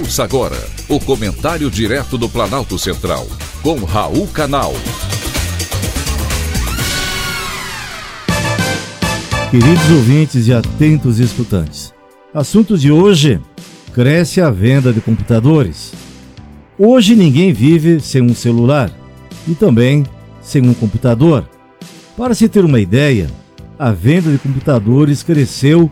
Ouça agora o comentário direto do Planalto Central, com Raul Canal. Queridos ouvintes e atentos escutantes, assunto de hoje: cresce a venda de computadores. Hoje ninguém vive sem um celular e também sem um computador. Para se ter uma ideia, a venda de computadores cresceu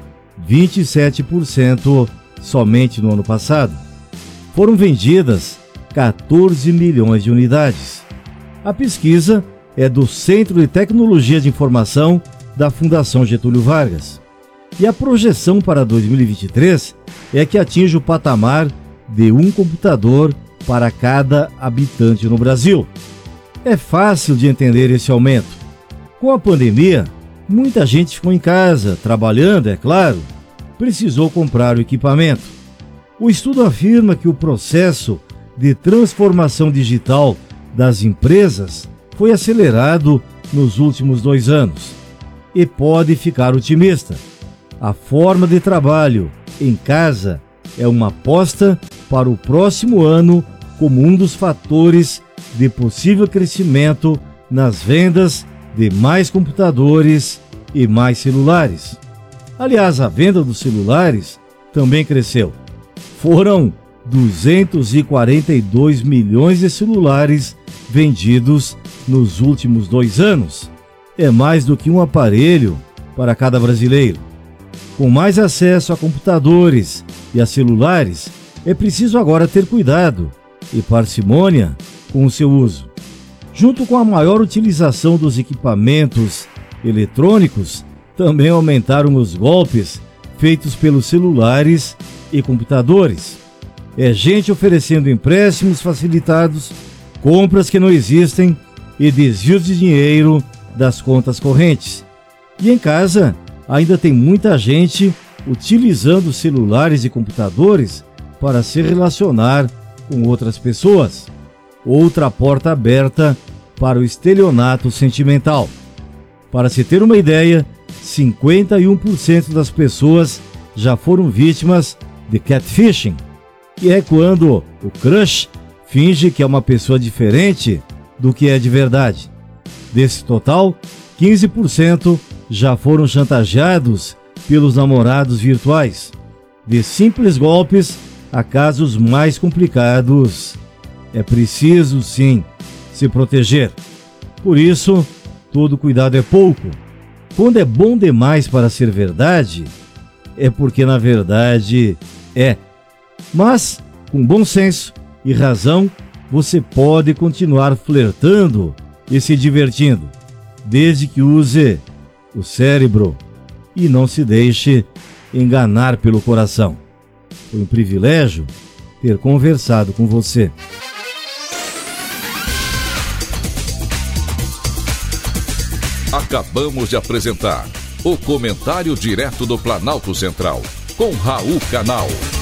27% somente no ano passado. Foram vendidas 14 milhões de unidades. A pesquisa é do Centro de Tecnologia de Informação da Fundação Getúlio Vargas. E a projeção para 2023 é que atinja o patamar de um computador para cada habitante no Brasil. É fácil de entender esse aumento. Com a pandemia, muita gente ficou em casa, trabalhando, é claro, precisou comprar o equipamento. O estudo afirma que o processo de transformação digital das empresas foi acelerado nos últimos 2 anos. E pode ficar otimista. A forma de trabalho em casa é uma aposta para o próximo ano como um dos fatores de possível crescimento nas vendas de mais computadores e mais celulares. Aliás, a venda dos celulares também cresceu. Foram 242 milhões de celulares vendidos nos últimos 2 anos. É mais do que um aparelho para cada brasileiro. Com mais acesso a computadores e a celulares, é preciso agora ter cuidado e parcimônia com o seu uso. Junto com a maior utilização dos equipamentos eletrônicos, também aumentaram os golpes feitos pelos celulares e computadores. É gente oferecendo empréstimos facilitados, compras que não existem e desvios de dinheiro das contas correntes. E em casa, ainda tem muita gente utilizando celulares e computadores para se relacionar com outras pessoas. Outra porta aberta para o estelionato sentimental. Para se ter uma ideia, 51% das pessoas já foram vítimas de catfishing, que é quando o crush finge que é uma pessoa diferente do que é de verdade. Desse total, 15% já foram chantageados pelos namorados virtuais. De simples golpes a casos mais complicados. É preciso, sim, se proteger. Por isso, todo cuidado é pouco. Quando é bom demais para ser verdade, é porque na verdade é. Mas, com bom senso e razão, você pode continuar flertando e se divertindo, desde que use o cérebro e não se deixe enganar pelo coração. Foi um privilégio ter conversado com você. Acabamos de apresentar o comentário direto do Planalto Central, com Raul Canal.